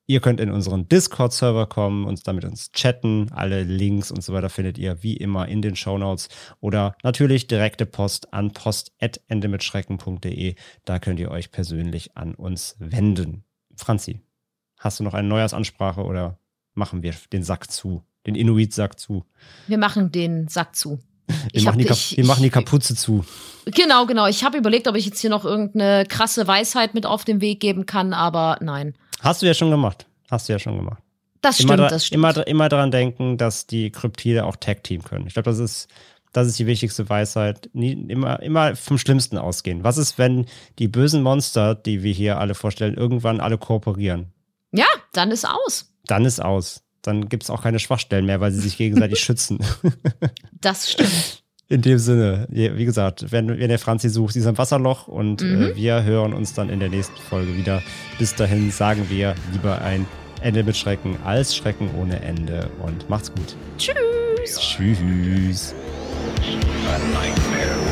Ihr könnt in unseren Discord-Server kommen und mit uns chatten. Alle Links und so weiter findet ihr wie immer in den Shownotes. Oder natürlich direkte Post an post@endemitschrecken.de. Da könnt ihr euch persönlich an uns wenden. Franzi, hast du noch eine Neujahrsansprache oder machen wir den Sack zu? Den Inuit-Sack zu? Wir machen den Sack zu. Wir machen die Kapuze zu. Genau. Ich habe überlegt, ob ich jetzt hier noch irgendeine krasse Weisheit mit auf den Weg geben kann, aber nein. Hast du ja schon gemacht. Das stimmt. Immer daran denken, dass die Kryptide auch Tag-Team können. Ich glaube, das ist die wichtigste Weisheit. Immer vom Schlimmsten ausgehen. Was ist, wenn die bösen Monster, die wir hier alle vorstellen, irgendwann alle kooperieren? Ja, dann ist aus. Dann gibt es auch keine Schwachstellen mehr, weil sie sich gegenseitig schützen. Das stimmt. In dem Sinne, wie gesagt, wenn der Franzi sucht, sie ist im Wasserloch und wir hören uns dann in der nächsten Folge wieder. Bis dahin sagen wir lieber ein Ende mit Schrecken als Schrecken ohne Ende und macht's gut. Tschüss. Tschüss. A nightmare